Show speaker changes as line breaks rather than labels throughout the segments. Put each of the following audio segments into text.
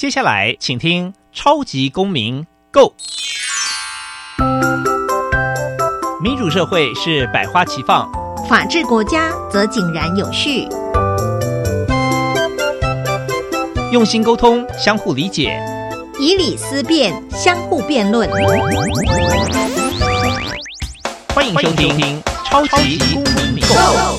接下来请听超级公民 Go。 民主社会是百花齐放，
法治国家则井然有序。
用心沟通，相互理解，
以理思辨，相互辩论。
欢迎收听超级公民 Go。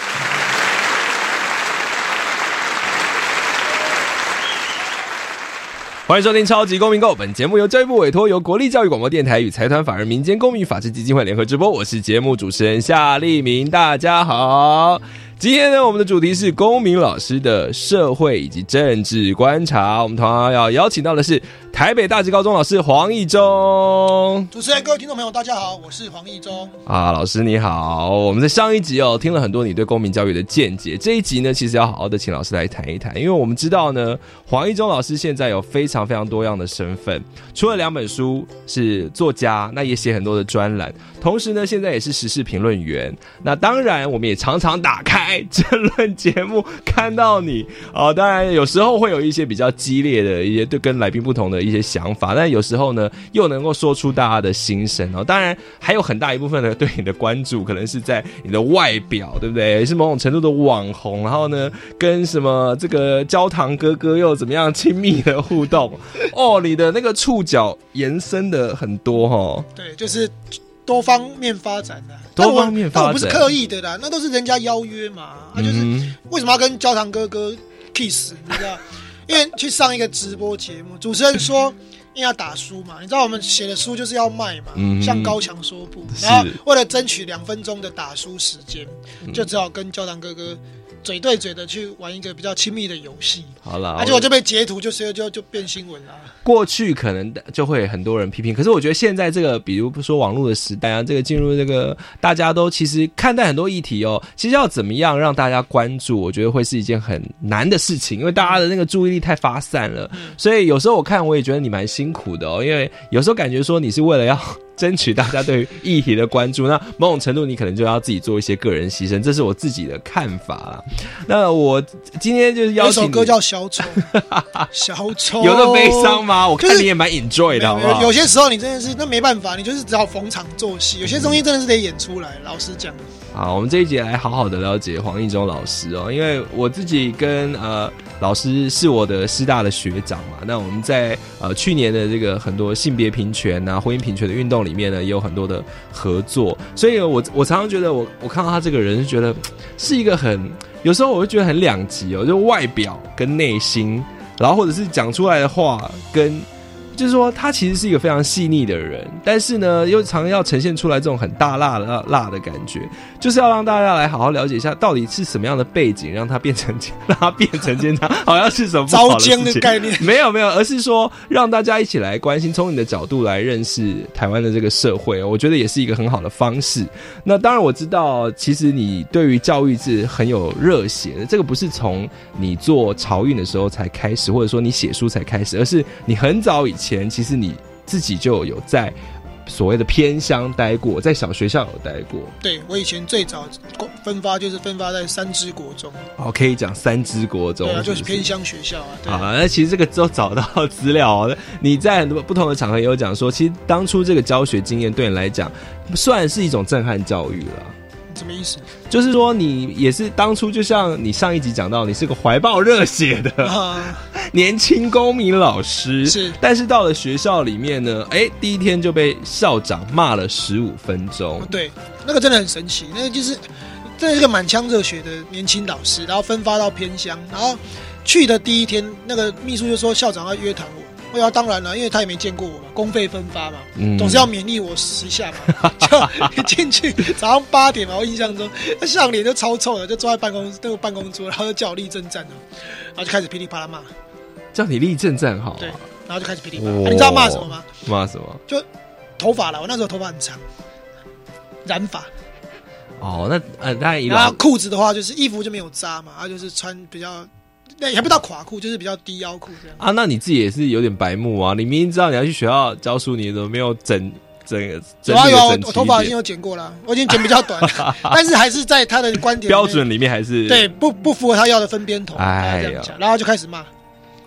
欢迎收听超级公民购，本节目由教育部委托，由国立教育广播电台与财团法人民间公民法治基金会联合直播。我是节目主持人夏立明，大家好。今天呢，我们的主题是公民老师的社会以及政治观察。我们同样要邀请到的是台北大直高中老师黄义中。
主持人、各位听众朋友，大家好，我是黄义中。
老师你好。我们在上一集听了很多你对公民教育的见解。这一集呢，其实要好好的请老师来谈一谈，因为我们知道呢，黄义中老师现在有非常非常多样的身份，除了2本书是作家，那也写很多的专栏，同时呢，现在也是时事评论员。那当然，我们也常常打开政论节目看到你当然有时候会有一些比较激烈的一些对跟来宾不同的一些想法，但有时候呢又能够说出大家的心声当然还有很大一部分的对你的关注可能是在你的外表，对不对？也是某种程度的网红，然后呢跟什么这个焦糖哥哥又怎么样亲密的互动你的那个触角延伸的很多
对，就是多方面发展的。
多方面发展，
但我不是刻意的啦，那都是人家邀约嘛。就是为什么要跟焦糖哥哥 kiss， 你知道？因为去上一个直播节目，主持人说因为要打书嘛，你知道我们写的书就是要卖嘛，像高墙说不，然后为了争取2分钟的打书时间，就只好跟焦糖哥哥嘴对嘴的去玩一个比较亲密的游戏。
好了，
结果就被截图，就变新闻了。
过去可能就会很多人批评，可是我觉得现在这个，比如说网络的时代这个进入这个大家都其实看待很多议题其实要怎么样让大家关注，我觉得会是一件很难的事情，因为大家的那个注意力太发散了。所以有时候我也觉得你蛮辛苦的因为有时候感觉说你是为了要争取大家对于议题的关注，那某种程度你可能就要自己做一些个人牺牲，这是我自己的看法啦。那我今天就是邀请你，
有首歌叫小丑小丑
有那么悲伤吗？我看你也蛮 enjoy 的好不好？
有些时候你真的是那没办法，你就是只好逢场作戏，有些东西真的是得演出来，老实讲。
好，我们这一节来好好的了解黄义中老师因为我自己跟老师是我的师大的学长嘛，那我们在去年的这个很多性别平权婚姻平权的运动里面呢，也有很多的合作，所以我常常觉得我看到他这个人，就觉得是一个有时候我会觉得很两极就外表跟内心，然后或者是讲出来的话跟。就是说他其实是一个非常细腻的人，但是呢又常要呈现出来这种很大辣的感觉，就是要让大家来好好了解一下到底是什么样的背景让他变成奸商好像是什么不好的事情，
招奸的概念
没有，而是说让大家一起来关心，从你的角度来认识台湾的这个社会我觉得也是一个很好的方式。那当然我知道其实你对于教育是很有热血的，这个不是从你做漕运的时候才开始，或者说你写书才开始，而是你很早以前其实你自己就有在所谓的偏乡待过，在小学校有待过。
对，我以前最早分发就是分发在3支国中。
可以讲3支国中。
对就是偏乡学校
那其实这个都找到资料你在很多不同的场合也有讲说，其实当初这个教学经验对你来讲算是一种震撼教育了。
什么意思？
就是说你也是当初就像你上一集讲到，你是个怀抱热血的年轻公民老师，
是，
但是到了学校里面呢第一天就被校长骂了15分钟。
对，那个真的很神奇，那个就是真的是个满腔热血的年轻老师，然后分发到偏乡，然后去的第一天那个秘书就说校长要约谈我。当然了，因为他也没见过我嘛，公费分发嘛，总是要勉励我一下嘛。就一进去早上8点嘛，我印象中他上脸就超臭的，就坐在办公桌，然后就叫我立正站然后就开始噼里啪啦骂，
叫你立正站好
对，然后就开始噼里啪啦你知道骂什么吗？
骂什么？
就头发了，我那时候头发很长，染发。
那当然，
然后裤子的话就是衣服就没有扎嘛，他就是穿比较。也不到垮裤，就是比较低腰裤这样
那你自己也是有点白目你明明知道你要去学校教书，你怎么没有整
有啊，我头发已经有剪过了，我已经剪比较短了但是还是在他的观点
标准里面还是
对不符合他要的分边头，然后就开始骂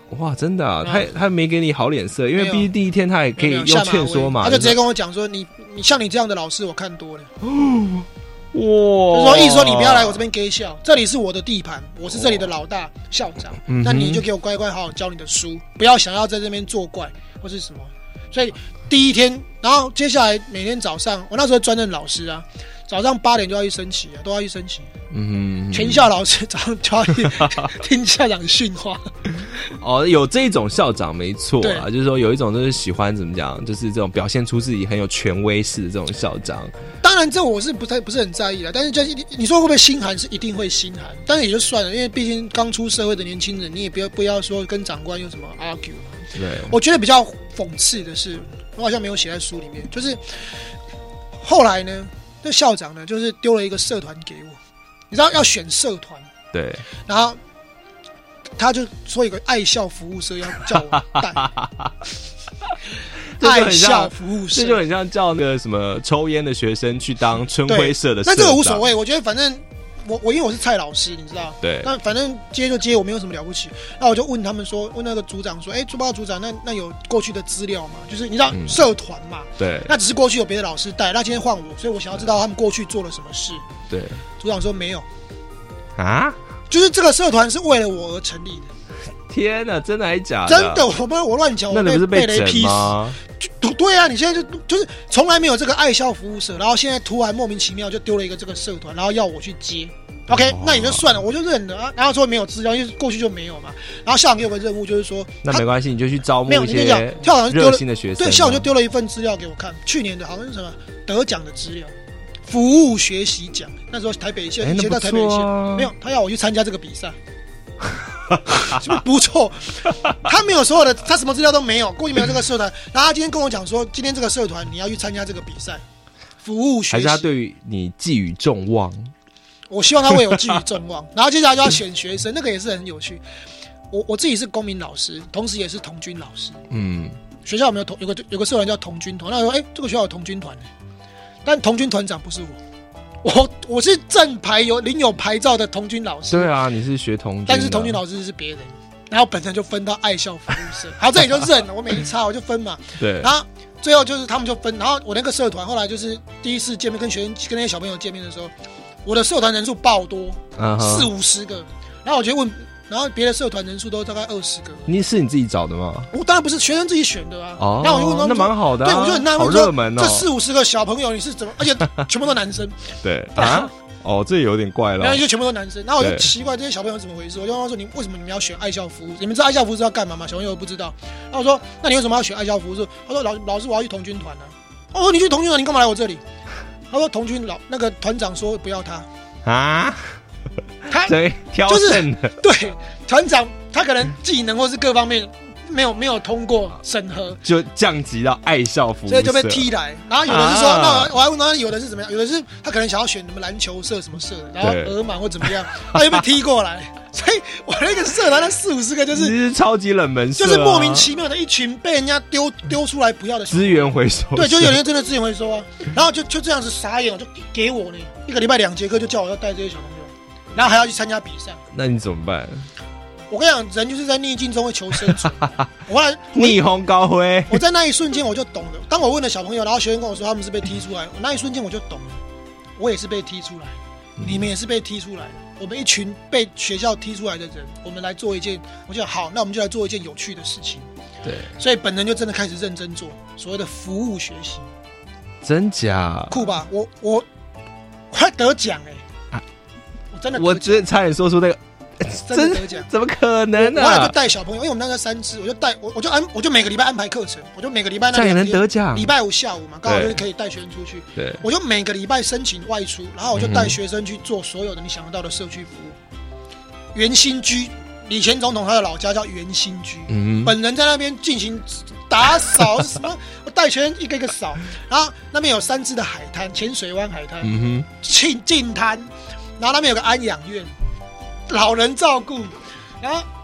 哇，真的啊，他没给你好脸色，因为毕竟第一天他也可以用劝说嘛，
他就直接跟我讲说，你像你这样的老师我看多了。
哇，
就说意思说你不要来我这边给笑，这里是我的地盘，我是这里的老大校长，那你就给我乖乖好好教你的书，不要想要在这边作怪或是什么。所以第一天，然后接下来每天早上，我那时候专任老师啊，早上8点就要去升旗啊，都要去升旗。全校老师早上就要去听校长训话。
哦，有这种校长没错啊，就是说有一种就是喜欢怎么讲，就是这种表现出自己很有权威式的这种校长。
当然，这我是不是很在意的，但是就是你说会不会心寒，是一定会心寒，但是也就算了，因为毕竟刚出社会的年轻人，你也不要说跟长官有什么 argue。
对，
我觉得比较讽刺的是，我好像没有写在书里面，就是后来呢，那校长呢，就是丢了一个社团给我，你知道要选社团，
对，
然后他就说有个爱校服务社要叫我带。爱校服务社，
这就很像叫那个什么抽烟的学生去当春晖社的社长。
那这个无所谓，我觉得反正我因为我是蔡老师，你知道，
对，
那反正接就接，我没有什么了不起。那我就问他们说，问那个组长说，朱报组长，那有过去的资料吗？就是你知道社团嘛，
对，
那只是过去有别的老师带，那今天换我，所以我想要知道他们过去做了什么事。
对，
组长说没有
啊，
就是这个社团是为了我而成立的。
天哪，真的还是假的？
真的，我乱讲，
那你不是被
雷劈
吗？
对啊，你现在就是从来没有这个爱校服务社，然后现在突然莫名其妙就丢了一个这个社团，然后要我去接。OK，那也就算了，我就认了啊。然后说没有资料，因为过去就没有嘛。然后校长给我个任务，就是说，
那没关系，你就去招募一些热心的学生。
对，校长就丢了一份资料给我看，去年的好像是什么得奖的资料，服务学习奖。那时候台北县，以前在台北县没有，他要我去参加这个比赛。是不是不错？他没有所有的，他什么资料都没有，过去没有这个社团。然后他今天跟我讲说，今天这个社团你要去参加这个比赛，服务学习。
还是他对于你寄予众望？
我希望他会有寄予众望。然后接下来就要选学生，那个也是很有趣。我自己是公民老师，同时也是童军老师。学校有个社团叫童军团，那说这个学校有童军团，但童军团长不是我。我是正牌领有牌照的童军老师。
对啊，你是学童军，
但是童军老师是别人，然后本身就分到爱校服务社，好，这里就认了，我没差，我就分嘛。对，然后最后就是他们就分，然后我那个社团后来就是第一次见面跟那些小朋友见面的时候，我的社团人数爆多，40-50个，然后我就问。然后别的社团人数都大概20个。你
自己找的吗？
我当然不是，学生自己选的啊。
哦，
然后我就问他们，
那蛮好的、啊。
对，我就很纳闷，
好热门哦。
这40-50个小朋友你是怎么？而且全部都男生。
对啊。哦，这有点怪了。
然后就全部都男生，然后我就奇怪这些小朋友怎么回事。我就问他说：“为什么你们要选爱校服务？你们知道爱校服务是要干嘛吗？”小朋友不知道。然后我说：“那你为什么要选爱校服务？”他说：“老师，我要去童军团啊。”我说：“你去童军团，你干嘛来我这里？”他说：“童军那个团长说不要他
啊。”他挑剩的、
就是对团长，他可能技能或是各方面没有通过审核，
就降级到爱校服务社，
所以就被踢来。然后有的是说，那我还问他，有的是怎么样？有的是他可能想要选什么篮球社什么社的，然后额满或怎么样，他就被踢过来。所以我那个社团那40-50个就是
超级冷门社、啊，
就是莫名其妙的一群被人家丢出来不要的
资源回收。
对，就有人真的资源回收啊。然后就这样子傻眼，就给我呢1个礼拜2节课，就叫我要带这些小朋友。然后还要去参加比赛，
那你怎么办？
我跟你讲，人就是在逆境中会求生存。我后来
逆风高飞，
我在那一瞬间我就懂了。当我问了小朋友，然后学生跟我说他们是被踢出来，我那一瞬间我就懂了，我也是被踢出来，你们也是被踢出来的。我们一群被学校踢出来的人，我们来做一件，我就好，那我们就来做一件有趣的事情。
对，
所以本人就真的开始认真做所谓的服务学习。
真假？
酷吧？我快得奖真的，
我觉得差点说出那个，
真的得奖，
怎么可能呢、
我后来就带小朋友，因为我们那个3支，我就每个礼拜安排课程，我就每个礼拜那
也能得奖。
礼拜5下午嘛，刚好就是可以带学生出去。对，我就每个礼拜申请外出，然后我就带学生去做所有的你想得到的社区服务。原新居，李前总统他的老家叫原新居，本人在那边进行打扫什么，我带学生一个一个扫，然后那边有3支的海滩，浅水湾海滩，净滩。然后那边有个安养院，老人照顾，然后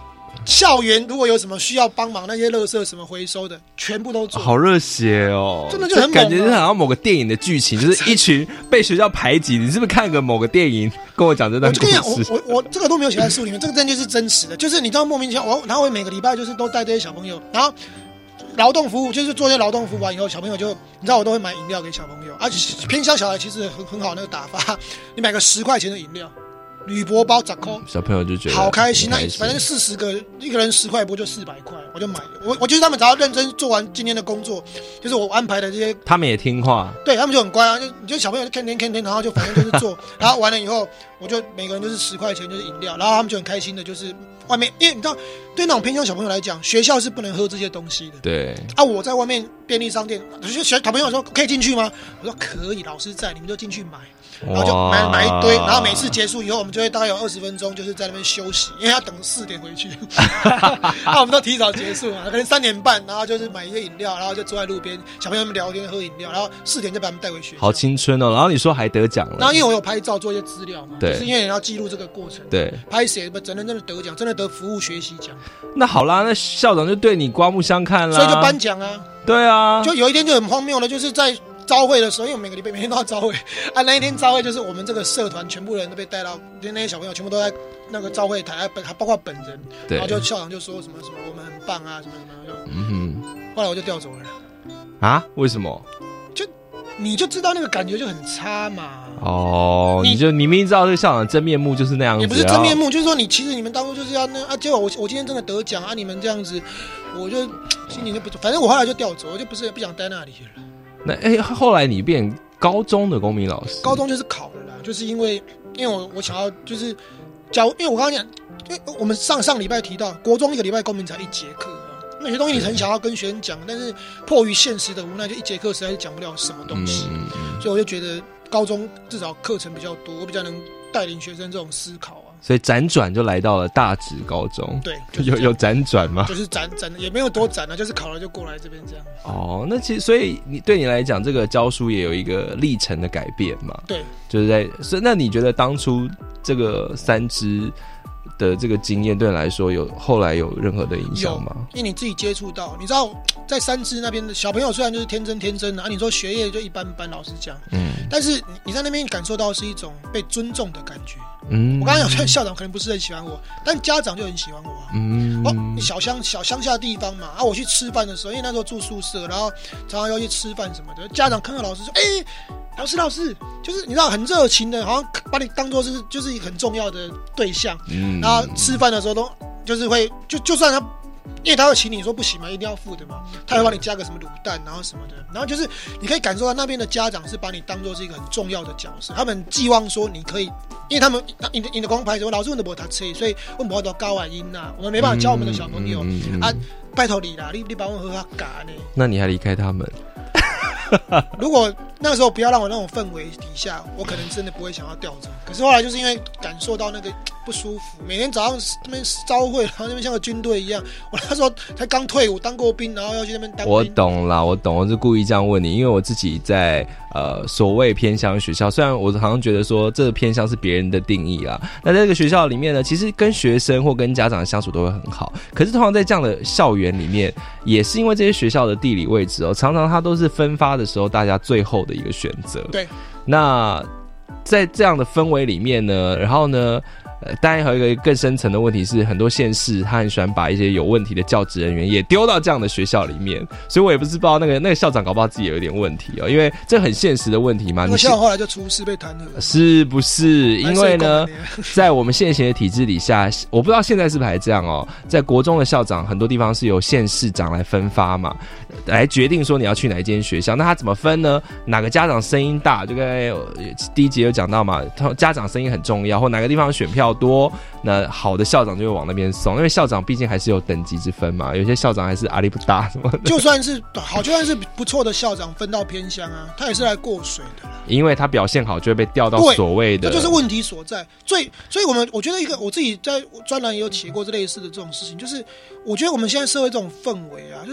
校园如果有什么需要帮忙，那些垃圾什么回收的，全部都做。
好热血哦！
真的就很猛啊
感觉就好像某个电影的剧情，就是一群被学校排挤。你是不是看个某个电影跟我讲这段故事？
我这个都没有写在书里面，这个真的就是真实的，就是你知道莫名其妙，然后我每个礼拜就是都带这些小朋友，然后劳动服务就是做一些劳动服务完以后，小朋友就你知道我都会买饮料给小朋友，而且偏乡小孩其实很好那个打法，你买个10块钱的饮料。铝箔包10块，
小朋友就觉得
好开心。那反正40个，一个人10块不就400块，我就买了。我觉得他们只要认真做完今天的工作，就是我安排的这些，
他们也听话，
对他们就很乖啊。就小朋友就天天，然后就反正就是做，然后完了以后，我就每个人就是10块钱就是饮料，然后他们就很开心的，就是外面，因为你知道，对那种偏乡小朋友来讲，学校是不能喝这些东西的。
对
啊，我在外面便利商店，小朋友说可以进去吗？我说可以，老师在，你们就进去买。然后就买一堆，然后每次结束以后，我们就会大概有20分钟，就是在那边休息，因为要等4点回去。那我们都提早结束嘛，可能3点半，然后就是买一些饮料，然后就坐在路边，小朋友们聊天喝饮料，然后4点就把他们带回去。
好青春哦！然后你说还得奖了，
然后因为我有拍照做一些资料嘛，
对，
就是因为你要记录这个过程。
对，
拍谁真的得奖，真的得服务学习奖。
那好啦，那校长就对你刮目相看啦，
所以就颁奖啊。
对啊，
就有一天就很荒谬了，就是在朝会的时候，因为每个礼拜每天都要朝会啊，那一天朝会就是我们这个社团全部人都被带到，那些小朋友全部都在那个朝会台，还包括本人，然后就校长就说什么我们很棒啊，什么就，后来我就调走了。
啊？为什么？
你就知道那个感觉就很差嘛。
哦，你明明知道这个校长的真面目就是那样子，
也不是真面目，就是说其实你们当初就是要那啊，结果我今天真的得奖啊，你们这样子，我就心里就不，反正我后来就调走，我就不想待那里了。
那后来你变高中的公民老师，
高中就是考了啦，就是因为我想要就是教，因为我刚刚讲，因为我们上礼拜提到，国中1个礼拜公民才1节课啊，那有些东西你很想要跟学生讲，但是迫于现实的无奈，就1节课实在是讲不了什么东西，所以我就觉得高中至少课程比较多，我比较能带领学生这种思考啊。
所以辗转就来到了大直高中。
对，
有辗转吗？
就是转也没有多转啊，就是考了就过来这边这样。
哦，那其实所以对你来讲，这个教书也有一个历程的改变嘛？
对，
就是所以那你觉得当初这个3支的这个经验对你来说后来有任何的影响吗？
因为你自己接触到，你知道在3支那边的小朋友虽然就是天真啊，你说学业就一般般，老实讲，但是你在那边感受到是一种被尊重的感觉。我刚刚讲校长可能不是很喜欢我，但家长就很喜欢我啊。小乡下地方嘛，啊，我去吃饭的时候，因为那时候住宿舍，然后常常要去吃饭什么的，家长看到老师说，老师，就是你知道很热情的，好像把你当作就是很重要的对象。然后吃饭的时候都就是会就算他，因为他会请你说不行嘛，一定要付的嘛，他会帮你加个什么卤蛋，然后什么的，然后就是你可以感受到那边的家长是把你当作是一个很重要的角色，他们寄望说你可以，因为他们你的公牌说老师问的不他车，所以问不到高音呐，我们没办法教我们的小朋友啊，拜托你啦，你把我们和他嘎呢？
那你还离开他们？
如果那个时候不要让我那种氛围底下，我可能真的不会想要调走。可是后来就是因为感受到那个不舒服，每天早上那边朝会，然后那边像个军队一样。我那时候才刚退伍，当过兵，然后要去那边当兵。
我懂啦，我是故意这样问你，因为我自己在所谓偏乡学校，虽然我好像觉得说这个偏乡是别人的定义啦，那在这个学校里面呢，其实跟学生或跟家长的相处都会很好。可是通常在这样的校园里面，也是因为这些学校的地理位置哦，常常它都是分发的时候大家最后的一个选择。
对，
那在这样的氛围里面呢，然后呢，当然还有一个更深层的问题是，很多县市他很喜欢把一些有问题的教职人员也丢到这样的学校里面，所以我也不知道那个校长搞不好自己也有点问题哦，因为这很现实的问题嘛。
那个校长后来就出事被弹劾，
是不是？因为呢，在我们现行的体制底下，我不知道现在是不是还这样哦，在国中的校长很多地方是由县市长来分发嘛，来决定说你要去哪一间学校。那他怎么分呢？哪个家长声音大，就跟第一节有讲到嘛，家长声音很重要，或哪个地方选票多，那好的校长就会往那边送，因为校长毕竟还是有等级之分嘛，有些校长还是阿力不大什么的。就算是不错的校长分到偏乡啊，他也是来过水的，因为他表现好就会被调到所谓的，这就是问题所在。所以我觉得我自己在专栏也有写过这类似的这种事情，就是我觉得我们现在社会这种氛围啊，就是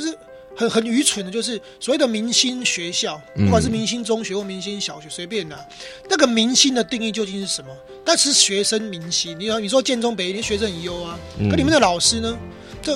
很愚蠢的，就是所谓的明星学校，不管是明星中学或明星小学，随便啦。那个明星的定义究竟是什么？那是学生明星。你说建中北一学生很优啊，可你们的老师呢？这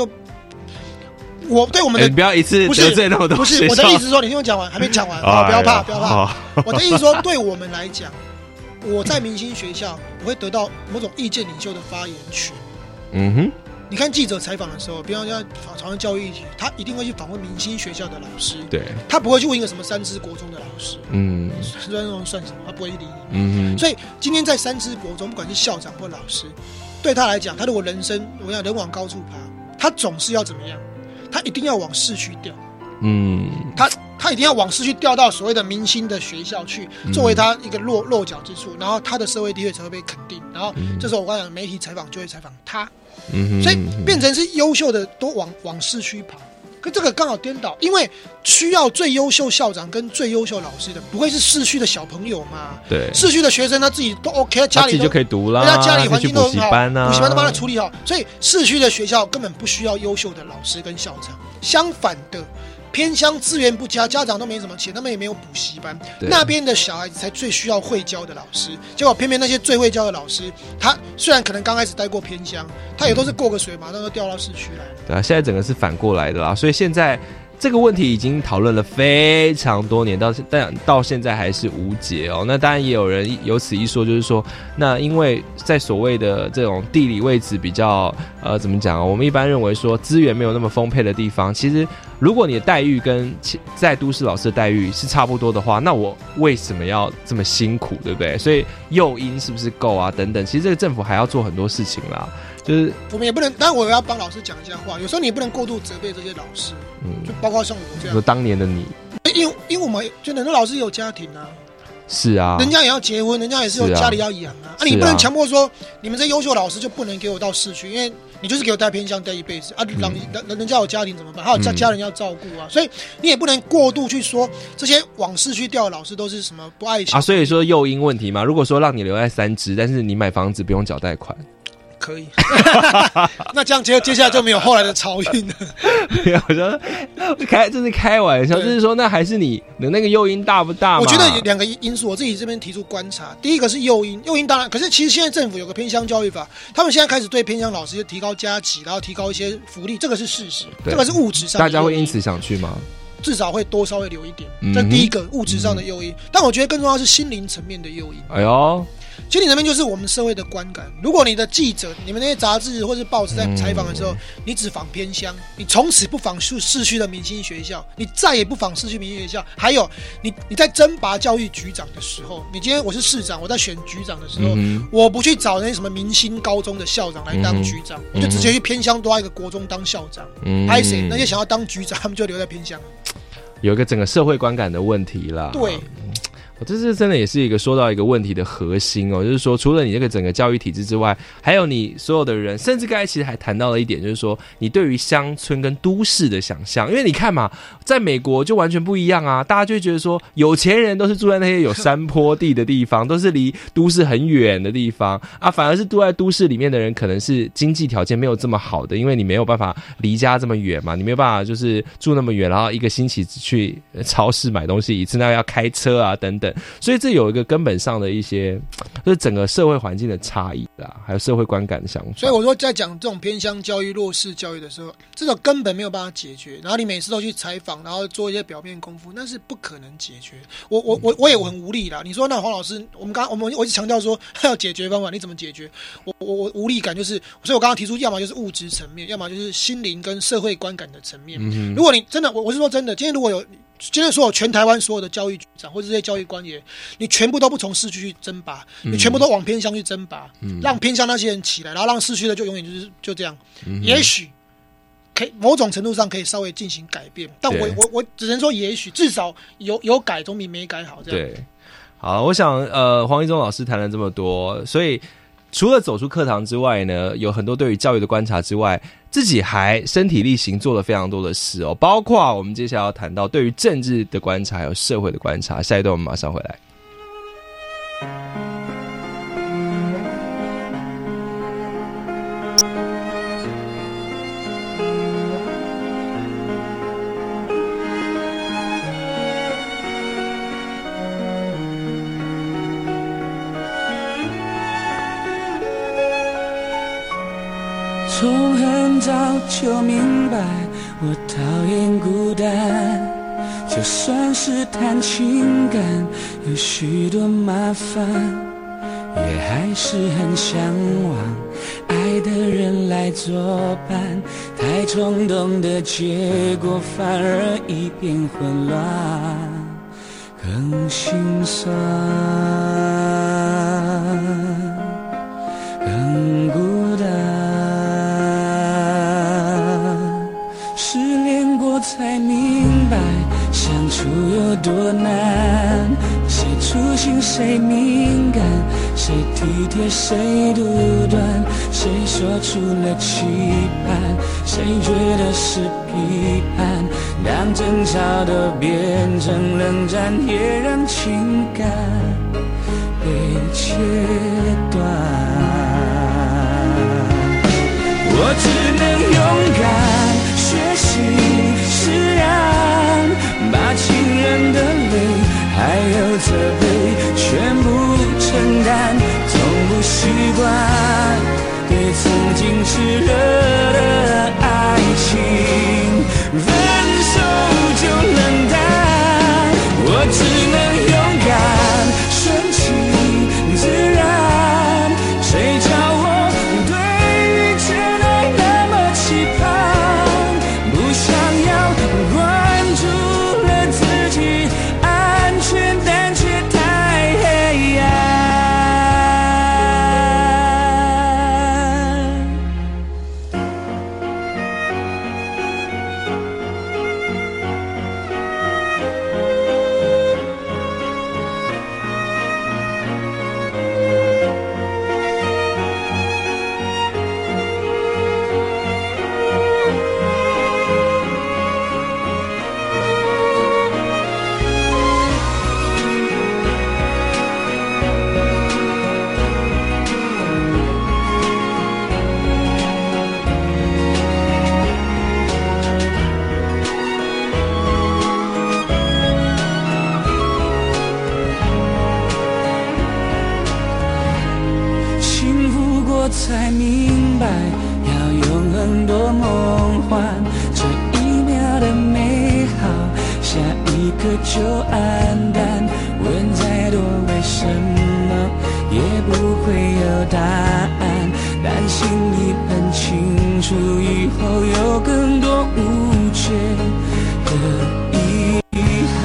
我对我们的
你不要一次得罪那么多学校。
不是我的意思是说，你听我讲完，还没讲完，不要怕，不要怕。我的意思说，对我们来讲，我在明星学校，我会得到某种意见领袖的发言权。
嗯哼。
你看记者采访的时候，比方说讨论教育议题，他一定会去访问明星学校的老师，
对，
他不会去问一个什么三支国中的老师，虽然那种算什么，他不会去理你。所以今天在三支国中，不管是校长或老师，对他来讲，他如果人生我想人往高处爬，他总是要怎么样？他一定要往市区调，他一定要往市区调到所谓的明星的学校去，作为他一个落脚之处，然后他的社会地位才会被肯定，然后这时候我刚才讲媒体采访就会采访他，所以变成是优秀的都往市区跑。可这个刚好颠倒，因为需要最优秀校长跟最优秀老师的，不会是市区的小朋友嘛？对，市区的学生他自己都 OK， 家里
自己就可以读啦，
人家家里环境都很好，补习班都帮他处理好，所以市区的学校根本不需要优秀的老师跟校长。相反的，偏乡资源不佳，家长都没什么钱，他们也没有补习班，那边的小孩子才最需要会教的老师。结果偏偏那些最会教的老师，他虽然可能刚开始待过偏乡，他也都是过个水，马上就调到市区来了。
对啊，现在整个是反过来的啦，所以现在这个问题已经讨论了非常多年，但到现在还是无解哦。那当然也有人有此一说，就是说，那因为在所谓的这种地理位置比较怎么讲啊？我们一般认为说资源没有那么丰沛的地方，其实如果你的待遇跟在都市老师的待遇是差不多的话，那我为什么要这么辛苦，对不对？所以诱因是不是够啊？等等，其实这个政府还要做很多事情啦。就是我
们也不能，当然我要帮老师讲一下话，有时候你也不能过度责备这些老师，就包括像我这样。
说当年的你，
因为我们就很多老师有家庭啊，
是啊，
人家也要结婚，人家也是有家里要养啊，你不能强迫说你们这优秀老师就不能给我到市区，因为你就是给我带偏乡带一辈子啊，人家有家庭怎么办？还有家人要照顾啊，所以你也不能过度去说这些往市区调的老师都是什么不爱惜啊，
所以说诱因问题嘛。如果说让你留在三芝，但是你买房子不用缴贷款。
可以，那这样接下来就没有后来的漕运了。
我说这是开玩笑，就是说那还是你的那个诱因大不大嘛？
我觉得有两个因素，我自己这边提出观察。第一个是诱因当然，可是其实现在政府有个偏乡教育法，他们现在开始对偏乡老师提高加级，然后提高一些福利，这个是事实，这个是物质上的。
大家会因此想去吗？
至少会多稍微留一点，这第一个物质上的诱因。但我觉得更重要是心灵层面的诱因。
哎呦。
心理层面就是我们社会的观感。如果你的记者、你们那些杂志或是报纸在采访的时候，你只访偏乡，你从此不访市区的明星学校，你再也不访市区明星学校。还有，你在征拔教育局长的时候，你今天我是市长，我在选局长的时候，我不去找那些什么明星高中的校长来当局长，我就直接去偏乡多一个国中当校长。还有谁？那些想要当局长，他们就留在偏乡。
有一个整个社会观感的问题啦。
对。
这是真的也是一个说到一个问题的核心哦，就是说除了你这个整个教育体制之外，还有你所有的人，甚至刚才其实还谈到了一点，就是说你对于乡村跟都市的想象。因为你看嘛，在美国就完全不一样啊，大家就会觉得说有钱人都是住在那些有山坡地的地方，都是离都市很远的地方啊，反而是住在都市里面的人可能是经济条件没有这么好的，因为你没有办法离家这么远嘛，你没有办法就是住那么远，然后一个星期只去超市买东西一次，那要开车啊等等。所以这有一个根本上的一些，就是整个社会环境的差异啦，还有社会观感的想法。
所以我说，在讲这种偏乡教育、弱势教育的时候，这种根本没有办法解决。然后你每次都去采访，然后做一些表面功夫，那是不可能解决。我也很无力啦。你说那黄老师，我一直强调说要解决方法，你怎么解决？我无力感就是，所以我刚刚提出，要么就是物质层面，要么就是心灵跟社会观感的层面。如果你真的，我是说真的，今天所有全台湾所有的教育局长或者这些教育官员，你全部都不从市区去征拔，你全部都往偏乡去征拔，让偏乡那些人起来，然后让市区的就永远就这样。也许可以某种程度上可以稍微进行改变，但我只能说也许，至少有改总比没改好。这样
对。好，我想黄一中老师谈了这么多，所以除了走出课堂之外呢，有很多对于教育的观察之外，自己还身体力行做了非常多的事哦，包括我们接下来要谈到对于政治的观察还有社会的观察。下一段我们马上回来。
从很早就明白，我讨厌孤单，就算是谈情感，有许多麻烦，也还是很向往爱的人来作伴。太冲动的结果，反而一片混乱，更心酸，更孤单。失恋过才明白，相处有多难，谁粗心谁敏感，谁体贴谁独断，谁说出了期盼，谁觉得是批判。当争吵都变成冷战，也让情感被切断。我只能勇敢学习释然，把情人的泪还有责备全部承担，从不习惯对曾经炽热的爱情分手就冷淡。我只能勇敢顺其自然，谁叫我对遇见爱那么期盼，不想要关注了自己安全，但却太黑暗。才明白，要用很多梦换这一秒的美好，下一刻就黯淡。问再多为什么，也不会有答案，但心里很清楚，以后有更多无解的遗憾。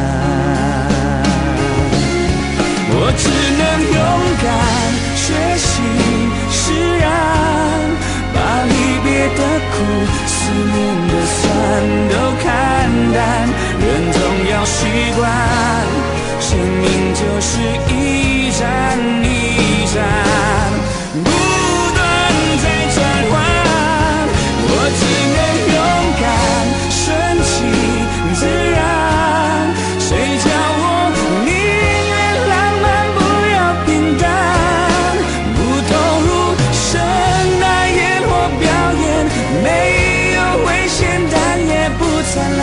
我只能勇敢学习释然，把离别的苦、思念的酸都看淡，人总要习惯，生命就是一站一站，不断在转换。我只能勇敢顺其自然，谁叫我宁愿浪漫不要平淡，不投入盛大烟火表演，没有危险但也不灿烂。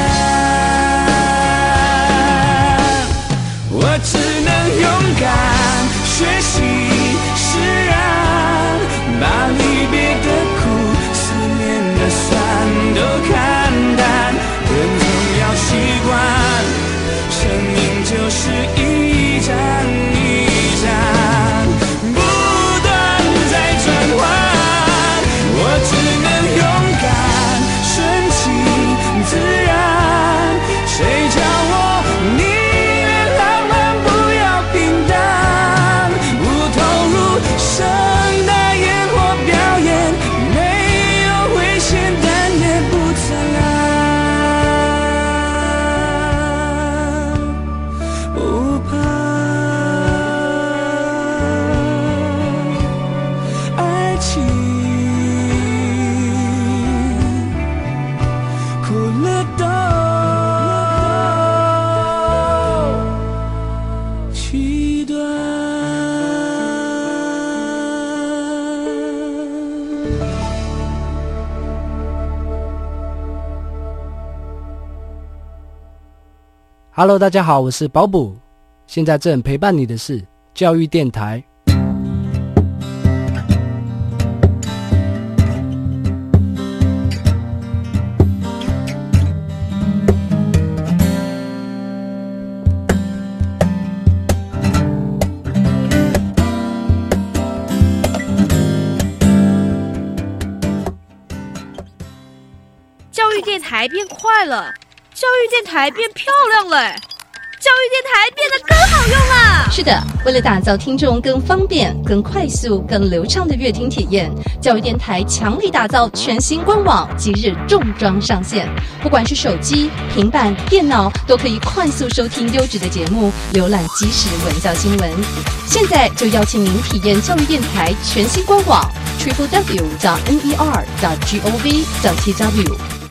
我只能勇敢学习释然，把离别的苦、思念的酸都看淡，人总要习惯，生命就是一站一站，不断在转换。我只能勇敢顺其自然，谁叫我宁愿浪漫不要平淡，不投入盛大烟火表演，没有危险但也不灿烂，不怕爱情哭了都期待。
Hello， 大家好，我是保卜，现在正陪伴你的是教育电台。
电台变快了，教育电台变漂亮了，教育电台变得更好用了。
是的，为了打造听众更方便、更快速、更流畅的阅听体验，教育电台强力打造全新官网，即日重装上线。不管是手机、平板、电脑，都可以快速收听优质的节目，浏览即时文教新闻。现在就邀请您体验教育电台全新官网 www.ner.gov.tw。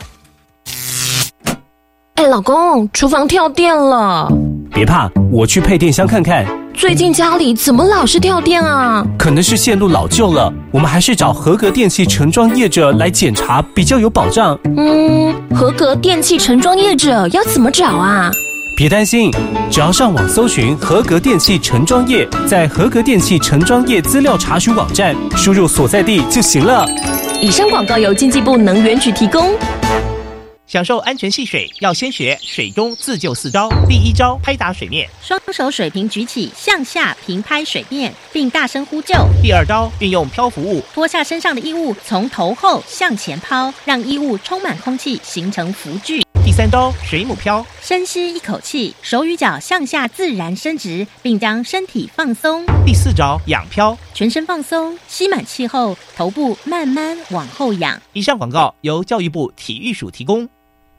老公，厨房跳电了。
别怕，我去配电箱看看。
最近家里怎么老是跳电啊？
可能是线路老旧了，我们还是找合格电器承装业者来检查，比较有保障。
合格电器承装业者要怎么找啊？
别担心，只要上网搜寻合格电器承装业，在合格电器承装业资料查询网站输入所在地就行了。
以上广告由经济部能源局提供。
享受安全戏水，要先学水中自救4招。第1招，拍打水面，
双手水平举起，向下平拍水面，并大声呼救。
第2招，运用漂浮物，
脱下身上的衣物，从头后向前抛，让衣物充满空气，形成浮具。
第3招，水母漂，
深吸一口气，手与脚向下自然伸直，并将身体放松。
第4招，仰漂，
全身放松，吸满气后，头部慢慢往后仰。
以上广告由教育部体育署提供。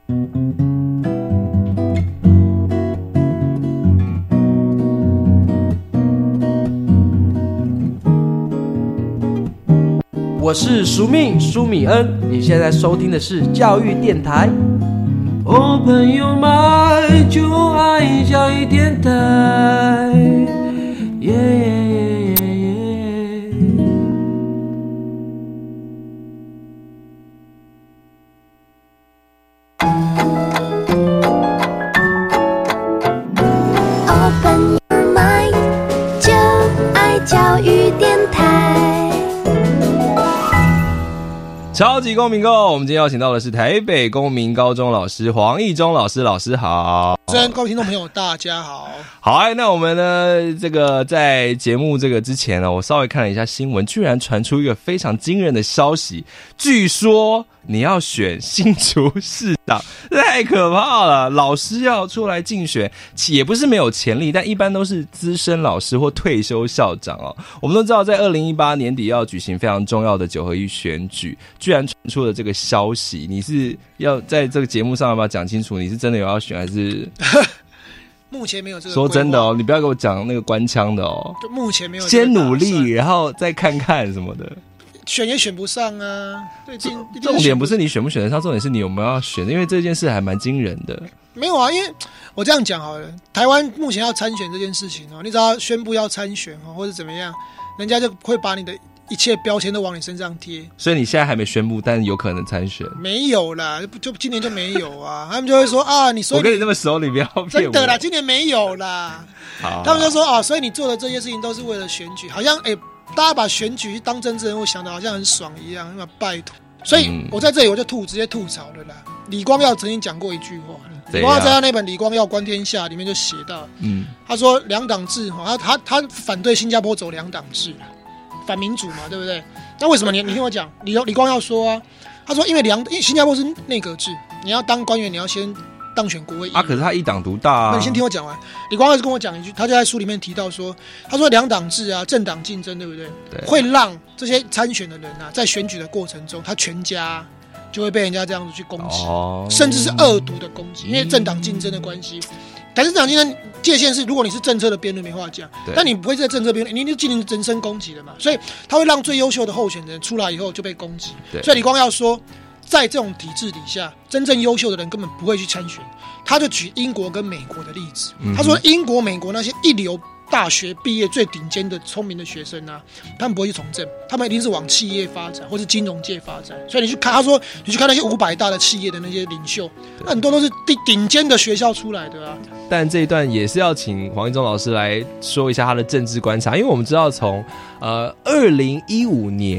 我是苏命苏米恩，你现在收听的是教育电台。哦，朋友们就爱教育电台，耶耶耶耶耶。
Open your mind， 就爱教育电台。
超级公民购，我们今天邀请到的是台北公民高中老师黄义中老师，老师好。
各位听众朋友，大家好。
好，那我们呢？这个在节目这个之前呢，我稍微看了一下新闻，居然传出一个非常惊人的消息，据说你要选新竹市长，太可怕了！老师要出来竞选，也不是没有潜力，但一般都是资深老师或退休校长哦。我们都知道，在2018年底要举行非常重要的9合1选举，居然传出了这个消息，你是要在这个节目上要不要讲清楚？你是真的有要选还是？
目前没有这个。
说真的哦，你不要给我讲那个官腔的哦。
就目前没有。
先努力，然后再看看什么的。
选也选不上啊。对，
重点不是你选不选得上，重点是你有没有要选，因为这件事还蛮惊人的。
没有啊，因为我这样讲好了，台湾目前要参选这件事情哦，你只要宣布要参选哦，或者怎么样，人家就会把你的一切标签都往你身上贴。所
以你现在还没宣布，但有可能参选？
没有啦，就今年就没有啊。他们就会说啊，你所以
我跟你那么熟，你不要骗我。
真的啦，今年没有啦。好，他们就说啊，所以你做的这些事情都是为了选举，好像大家把选举当政治人物想的好像很爽一样，那么拜托。所以我在这里我就直接吐槽了啦。李光耀曾经讲过一句话，李光耀在他那本《李光耀观天下》里面就写到，他说两党制，他反对新加坡走两党制，反民主嘛，对不对？那为什么你听我讲，李光耀说啊，他说因为新加坡是内阁制，你要当官员你要先当选国会议员
可是他一党独大啊。
那你先听我讲完。李光耀跟我讲一句，他就在书里面提到说，他说两党制啊，政党竞争，对不对？对，会让这些参选的人啊，在选举的过程中，他全家就会被人家这样子去攻击，甚至是恶毒的攻击，因为政党竞争的关系。但是政党竞争界限是，如果你是政策的辩论没话讲，但你不会在政策辩论，你就进行人身攻击的嘛，所以他会让最优秀的候选人出来以后就被攻击。所以李光耀说，在这种体制底下，真正优秀的人根本不会去参选。他就举英国跟美国的例子，他说英国、美国那些一流大学毕业最顶尖的聪明的学生啊，他们不会去从政，他们一定是往企业发展或是金融界发展。所以你去看，他说你去看那些500大的企业的那些领袖，很多都是顶尖的学校出来的啊。
但这一段也是要请黄义中老师来说一下他的政治观察，因为我们知道从2015年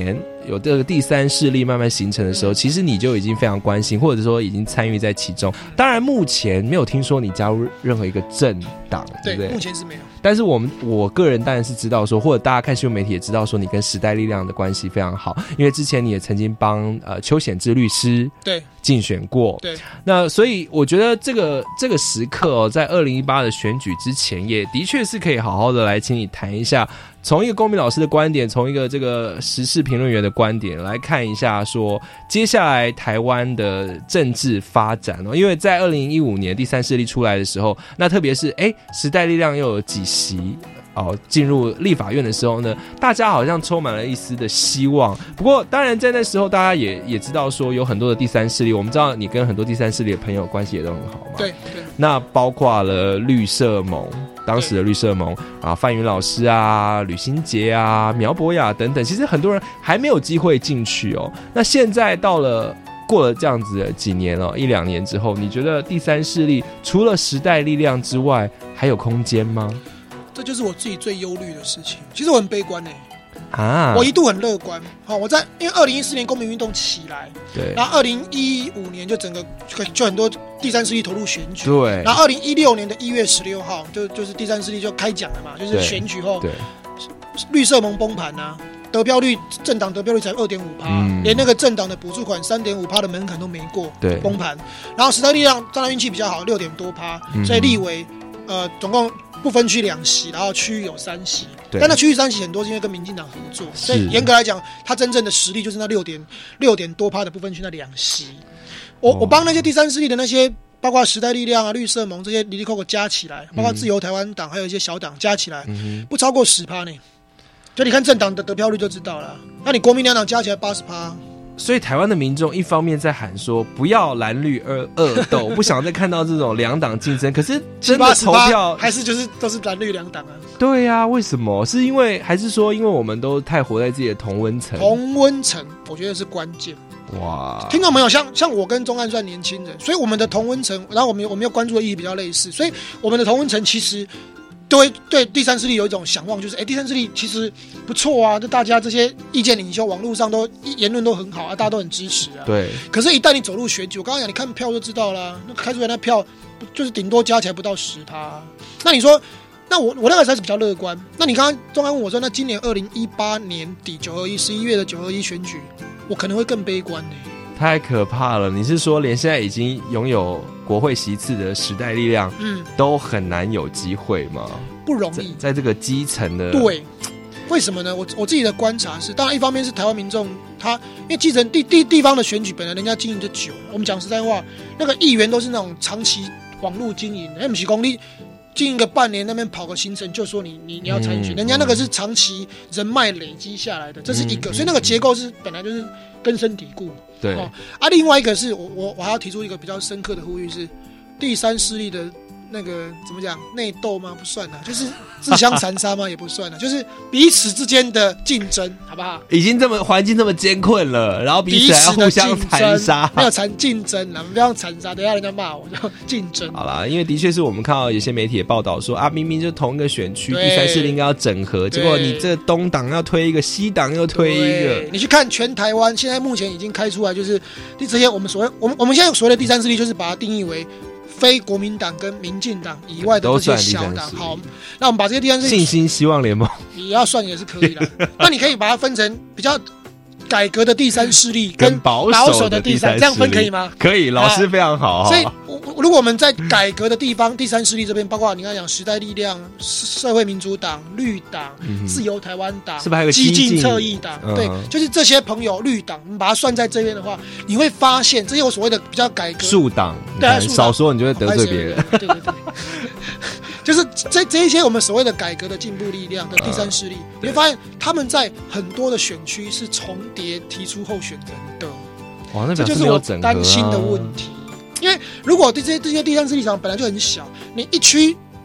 有这个第三势力慢慢形成的时候，其实你就已经非常关心，或者说已经参与在其中。当然目前没有听说你加入任何一个政党，对不对？
目前是没有。
但是我个人当然是知道说，或者大家看新闻媒体也知道说，你跟时代力量的关系非常好，因为之前你也曾经帮邱显智律师
对
竞选过。
对，
那所以我觉得这个时刻在2018的选举之前，也的确是可以好好的来请你谈一下，从一个公民老师的观点，从一个这个时事评论员的观点来看一下说接下来台湾的政治发展因为在2015年第三势力出来的时候，那特别是时代力量又有几席进入立法院的时候呢，大家好像充满了一丝的希望。不过当然在那时候大家也知道说有很多的第三势力，我们知道你跟很多第三势力的朋友关系也都很好嘛。
对，
那包括了绿色盟，当时的绿色盟范云老师啊、吕新杰啊、苗博雅等等，其实很多人还没有机会进去那现在过了这样子的几年1-2年之后，你觉得第三势力除了时代力量之外还有空间吗？
这就是我自己最忧虑的事情。其实我很悲观
我
一度很乐观。因为2014年公民运动起来，
对，
然后2015年就整个就很多第三势力投入选举，
对，
然后2016年的1月16号就是第三势力就开讲了嘛，就是选举后，
对，
绿色盟崩盘政党得票率才 2.5%，连那个政党的补助款 3.5% 的门槛都没过，
对，
崩盘。然后时代力量当然运气比较好，6.多%，所以立委总共不分区2席，然后区域有3席。但那区域3席很多是因为跟民进党合作，所以严格来讲，他真正的实力就是那6点多%的不分区那2席。我帮那些第三势力的那些，包括时代力量啊、绿色盟这些里里扣扣加起来，包括自由台湾党，还有一些小党加起来，不超过10%呢。就你看政党的得票率就知道了。那你国民两党加起来80%。
所以台湾的民众一方面在喊说不要蓝绿恶斗，不想再看到这种两党竞争，可是真的投票
还是就是都是蓝绿两党啊。
对啊，为什么？是因为还是说因为我们都太活在自己的同温层？
同温层我觉得是关键。
哇，
听到没有？像我跟钟汉算年轻人，所以我们的同温层，然后我们又关注的议题比较类似，所以我们的同温层其实都会对第三势力有一种想望，就是第三势力其实不错啊，就大家这些意见领袖网络上都言论都很好啊，大家都很支持啊。
对。可
是，一旦你走入选举，我刚刚讲，你看票就知道啦，那开出来那票就是顶多加起来不到10%。那你说，那我那个才是比较乐观。那你刚刚钟安问我说，那今年2018年底92111月的921选举，我可能会更悲观
太可怕了！你是说连现在已经拥有国会席次的时代力量，都很难有机会吗？
不容易，
在这个基层的
对，为什么呢？我自己的观察是，当然一方面是台湾民众他因为基层地方的选举本来人家经营就久，我们讲实在话，那个议员都是那种长期网络经营，不是功力。经营个半年，那边跑个行程就说你要参选，人家那个是长期人脉累积下来的，这是一个，所以那个结构是本来就是根深蒂固。
对
另外一个是我还要提出一个比较深刻的呼吁是，第三势力的那个怎么讲内斗吗？不算啦，就是自相残杀吗？也不算啦，就是彼此之间的竞争，好不好？
已经环境这么艰困了，然后彼此还要互相残杀，
没有竞争啦，不要残杀，等一下人家骂我叫竞争。
好啦，因为的确是我们看到有些媒体也报道说啊，明明就同一个选区，第三势力应该要整合，结果你这东党要推一个，西党又推一个。
你去看全台湾，现在目前已经开出来，就是这些我们现在所谓的第三势力，就是把它定义为非国民党跟民进党以外的这些小党。好，那我们把这些第三势力
信心希望联盟
也要算也是可以的。那你可以把它分成比较改革的第三势力跟保守的第三，这样分可以吗？
可以，老师非常好。
所以如果我们在改革的地方第三势力这边，包括你刚才讲时代力量、社会民主党、绿党、自由台湾党，
是不是还有个
激进侧翼党？对，就是这些朋友绿党，我们把它算在这边的话，你会发现这些我所谓的比较改革
树党，对，少说你就会得罪别人。
对，就是这一些我们所谓的改革的进步力量的第三势力，你会发现他们在很多的选区是重叠提出候选人的。
哇，那
这就是我担心的问题。因为如果这些第三势力场本来就很小，你一区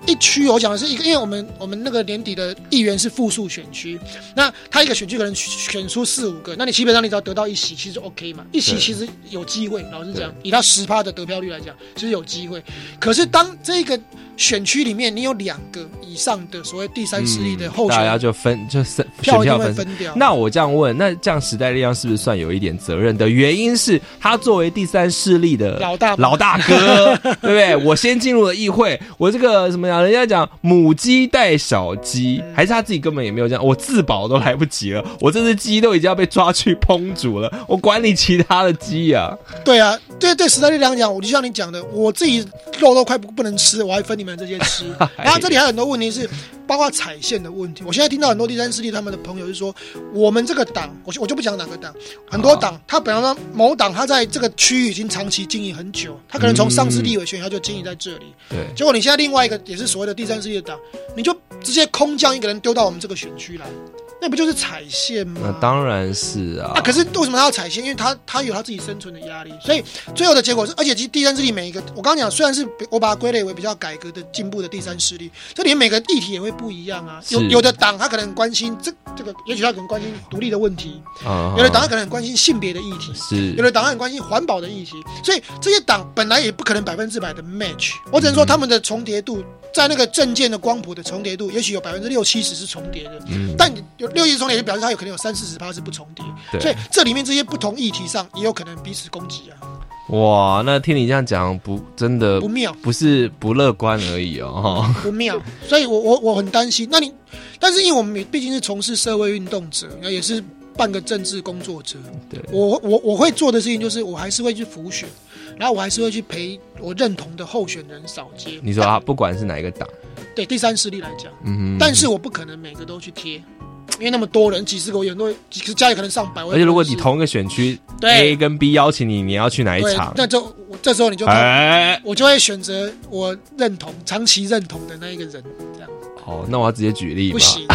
一区，我讲的是一个，因为我们那个年底的议员是复数选区，那他一个选区可能选出4-5个，那你基本上你只要得到1席，其实 OK 嘛，1席其实有机会，老实讲，以他10%的得票率来讲，其实有机会。可是当这个选区里面你有2个以上的所谓第三势力的候选人，
大家就
票一定会分掉。
那我这样问，那这样时代力量是不是算有一点责任的原因是，他作为第三势力的老大哥，对不对？我先进入了议会，我这个什么样？人家讲母鸡带小鸡，还是他自己根本也没有这样，我自保都来不及了，我这只鸡都已经要被抓去烹煮了，我管你其他的鸡啊！
对啊，对时代力量讲，我就像你讲的，我自己肉都快不能吃，我还分你们这些吃。然后这里还有很多问题是，包括踩线的问题。我现在听到很多第三势力他们的朋友就说，我们这个党，我就不讲哪个党，很多党，他比方说某党，他在这个区域已经长期经营很久，他可能从上次立委选他就经营在这里。
对，
结果你现在另外一个也是所谓的第三势力的党，你就直接空降一个人丢到我们这个选区来。那不就是踩线吗？
那当然是啊。
可是为什么他要踩线？因为他有他自己生存的压力，所以最后的结果是，而且其实第三势力每一个，我刚刚讲，虽然是我把它归类为比较改革的进步的第三势力，这里面每个议题也会不一样啊。有的党他可能很关心这个，也许他可能关心独立的问题，有的党他可能很关心性别的议题，有的党他很关心环保的议题，所以这些党本来也不可能100%的 match， 我只能说他们的重叠度。在那个政见的光谱的重叠度，也许有60-70%是重叠的，但有60%重叠，就表示它有可能有30-40%是不重叠。所以这里面这些不同议题上也有可能彼此攻击啊。
哇，那听你这样讲，真的
不妙，
不是不乐观而已哦，
不妙。所以我很担心。但是因为我们毕竟是从事社会运动者，也是半个政治工作者，对，我会做的事情就是，我还是会去辅选。然后我还是会去陪我认同的候选人扫街。
你说不管是哪一个党，
对第三势力来讲，但是我不可能每个都去贴，因为那么多人，几十个委员都家里可能上百位。
而且如果你同一个选区 A 跟 B 邀请你要去哪一场？
那这时候你就我就会选择我认同、长期认同的那一个人，这样。
哦，那我要直接举例吗？
不行，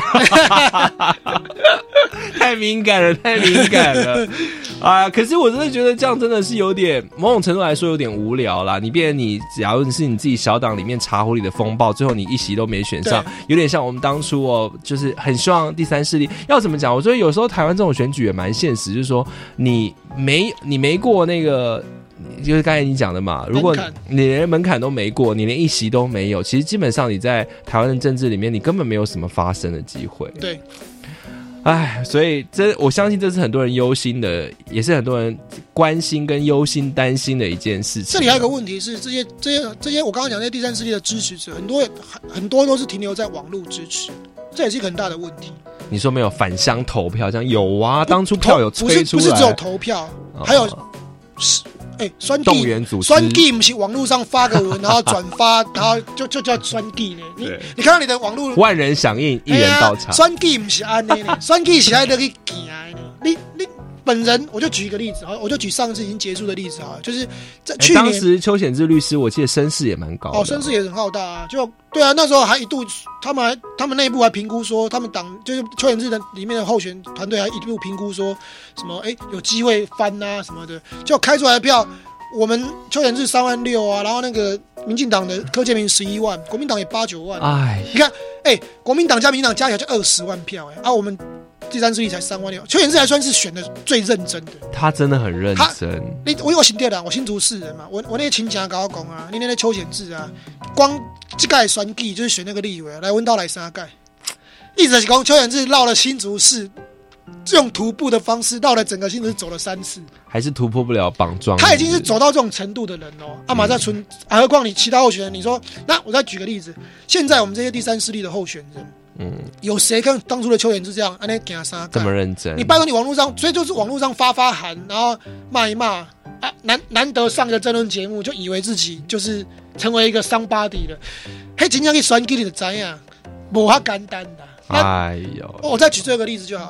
太敏感了啊！可是我真的觉得这样真的是有点，某种程度来说有点无聊啦。你假如是你自己小党里面茶壶里的风暴，最后你1席都没选上，有点像我们当初就是很希望第三势力要怎么讲？我觉得有时候台湾这种选举也蛮现实，就是说你没过那个。就是刚才你讲的嘛，如果你连门槛都没过，你连1席都没有，其实基本上你在台湾的政治里面，你根本没有什么发声的机会。
对，
所以我相信这是很多人忧心的，也是很多人关心跟忧心担心的一件事情。
这里还有一个问题是，这些我刚刚讲这些第三势力的支持者，很多都是停留在网络支持，这也是一个很大的问题。
你说没有返乡投票，这样有啊？当初票有催出来，
不是只有投票，还有。
动员组织，
酸 G 不是网络上发个文，然后转发，然后就叫酸 G 呢？你看到你的网络
万人响应，一人到场。
酸 G 不是安呢？酸 G 是爱得去行呢？你本人，我就举一个例子，我就举上次已经结束的例子啊，就是在去年，
当时邱显智律师，我记得声势也蛮高的，
声势也很浩大啊。对啊，那时候还一度，他们内部还评估说，他们党就是邱显智的里面的候选团队还一度评估说，什么有机会翻啊什么的，就开出来的票，我们邱显智36000啊，然后那个民进党的柯建铭11万，国民党也8-9万，你看，国民党加民进党加起来就20万票，我们第三势力才3万6，邱显智还算是选的最认真的，
他真的很认真。
我新店人，我新竹市人嘛，我那个亲戚跟我讲啊，你那个邱显智啊，光这届选举就是选那个立委，来温到来3届，意思是讲邱显智绕了新竹市，用徒步的方式绕了整个新竹市走了3次，
还是突破不了绑桩。
他已经是走到这种程度的人哦，马在存，何况你其他候选人，你说，那我再举个例子，现在我们这些第三势力的候选人。有谁跟当初的邱显智这样安尼行3届这
么认真？
你拜托你网络上，所以就是网络上发函，然后骂一骂啊，难得上个政论节目，就以为自己就是成为一个somebody了，嘿，真正去选举你就知啊，无遐简单的。
哎呦，
我再举这个例子就好。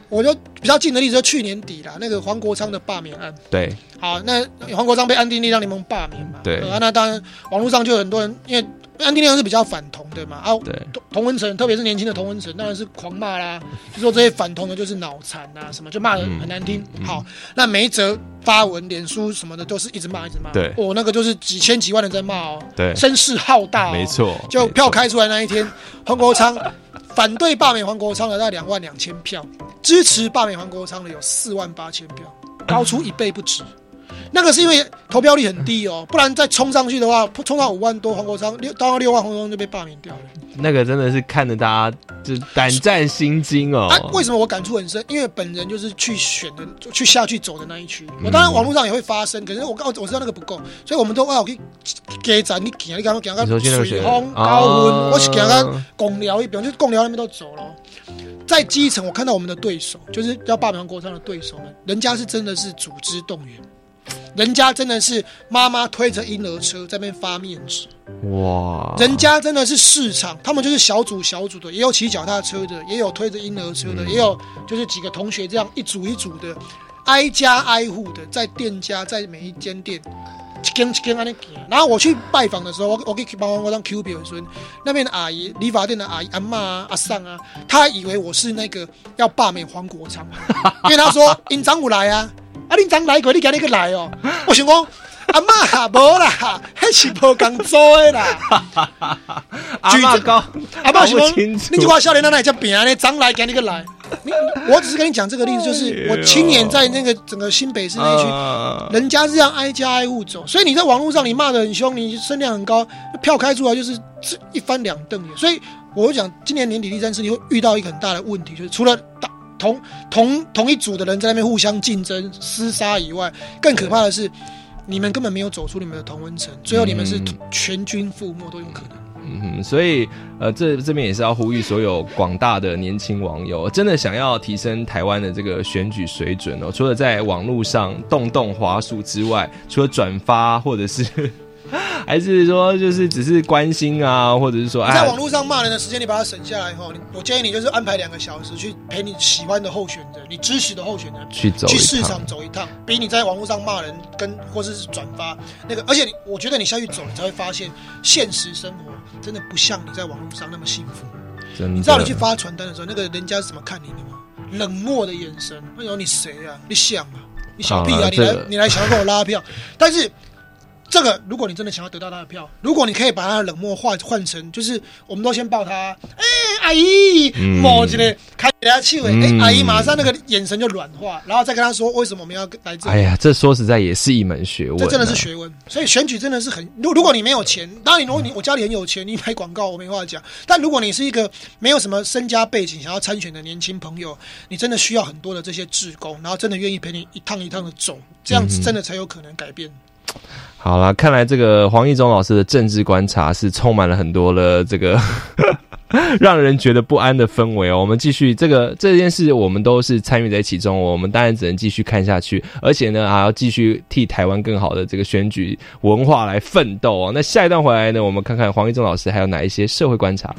我就比较近的例子，就去年底啦，那个黄国昌的罢免案。
对，
好，那黄国昌被安定力量联盟罢免嘛？
对，
那当然网络上就有很多人，因为安定力量是比较反同的嘛，同温层，特别是年轻的同温层，当然是狂骂啦，就说这些反同的就是脑残啊，什么就骂得很难听。好，那每一则发文、脸书什么的都是一直骂，一直骂。
对，
那个就是几千几万人在骂哦，
对，
声势浩大。
没错，
就票开出来那一天，黄国昌反对罢免黄国昌的大概22000票，支持罢免黄国昌的有48000票，高出1倍不止。那个是因为投票率很低哦，不然再冲上去的话，冲到5万多，黄国昌到6万，黄国昌就被罢免掉了。
那个真的是看着大家就胆战心惊哦。
为什么我感触很深？因为本人就是去选的，去下去走的那一区。我当然网络上也会发声，可是我知道那个不够，所以我们都我去街站，你行到水丰、高温，我是行到公寮一边，就是公寮那边都走了。在基层，我看到我们的对手，就是要罢免黄国昌的对手们，人家是真的是组织动员。人家真的是妈妈推着婴儿车在那边发面纸，哇！人家真的是市场，他们就是小组的，也有骑脚踏车的，也有推着婴儿车的，也有就是几个同学这样一组一组的，挨家挨户的，在店家，在每一间店，一间安尼行。然后我去拜访的时候，我去帮我当 Q 表孙那边的阿姨，理发店的阿姨、阿嬷啊、阿桑啊，她以为我是那个要罢免黄国昌，因为她说营长有来啊。你昨来过，你今日个来哦？我想讲，阿嬷无啦，迄是无工做的啦。
阿嬷讲，
阿嬷想讲，你这块少年奶奶叫饼呢？昨来今日个来。我只是跟你讲这个例子，就是我亲眼在那个整个新北市那一区，人家是这样挨家挨户走，所以你在网络上你骂得很凶，你声量很高，票开出来就是一翻两瞪眼。所以我就讲，今年年底第3次你会遇到一个很大的问题，就是除了同一组的人在那边互相竞争厮杀以外，更可怕的是你们根本没有走出你们的同温层，最后你们是全军覆没都有可能。
所以这边也是要呼吁所有广大的年轻网友，真的想要提升台湾的这个选举水准哦，除了在网络上动滑鼠之外，除了转发或者是还是说就是只是关心啊，或者是说
你在网络上骂人的时间你把它省下来后，我建议你就是安排2个小时去陪你喜欢的候选人，你支持的候选人去市场走一趟，比你在网络上骂人或是转发那个，而且我觉得你下去走，你才会发现现实生活真的不像你在网络上那么幸福。你知道你去发传单的时候，那个人家是怎么看你的吗？冷漠的眼神，会说你谁啊？你想啊？你小屁啊？你来想要跟我拉票，但是。这个，如果你真的想要得到他的票，如果你可以把他的冷漠换成，就是我们都先抱他，阿姨，摸一个开给他气味，阿姨马上那个眼神就软化，然后再跟他说为什么我们要来这里。
哎呀，这说实在也是一门学问，
这真的是学问。所以选举真的是很，如果你没有钱，当然如果我家里很有钱，你买广告我没话讲。但如果你是一个没有什么身家背景想要参选的年轻朋友，你真的需要很多的这些志工，然后真的愿意陪你一趟一趟的走，这样子真的才有可能改变。
好啦，看来这个黄义中老师的政治观察是充满了很多的这个让人觉得不安的氛围哦。我们继续这件事，我们都是参与在其中，我们当然只能继续看下去，而且呢还要继续替台湾更好的这个选举文化来奋斗哦。那下一段回来呢，我们看看黄义中老师还有哪一些社会观察。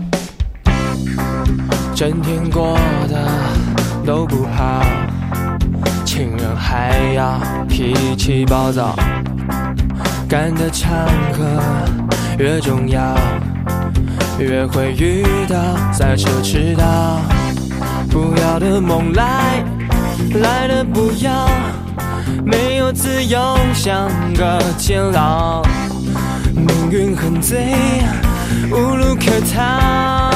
整天过得都不好，情人还要脾气暴躁，赶的场合越重要，约会遇到塞车迟到，不要的梦来的不要，没有自由像个监牢，命运很贼，无路可逃。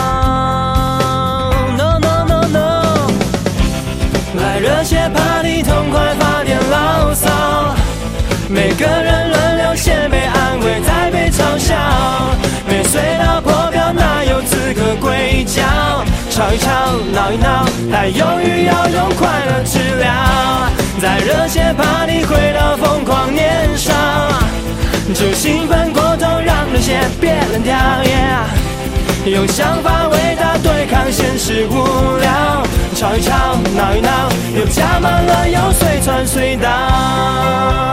来热血 party 痛快发点牢骚，每个人轮流先被安慰再被嘲笑，没睡到破表哪有资格归咎，吵一吵闹一闹太犹豫要用快乐治疗，在热血 party 回到疯狂年少，就兴奋过头让热血变冷掉、用想法伟大对抗现实无聊，吵一吵闹一闹又加满了又随传随到。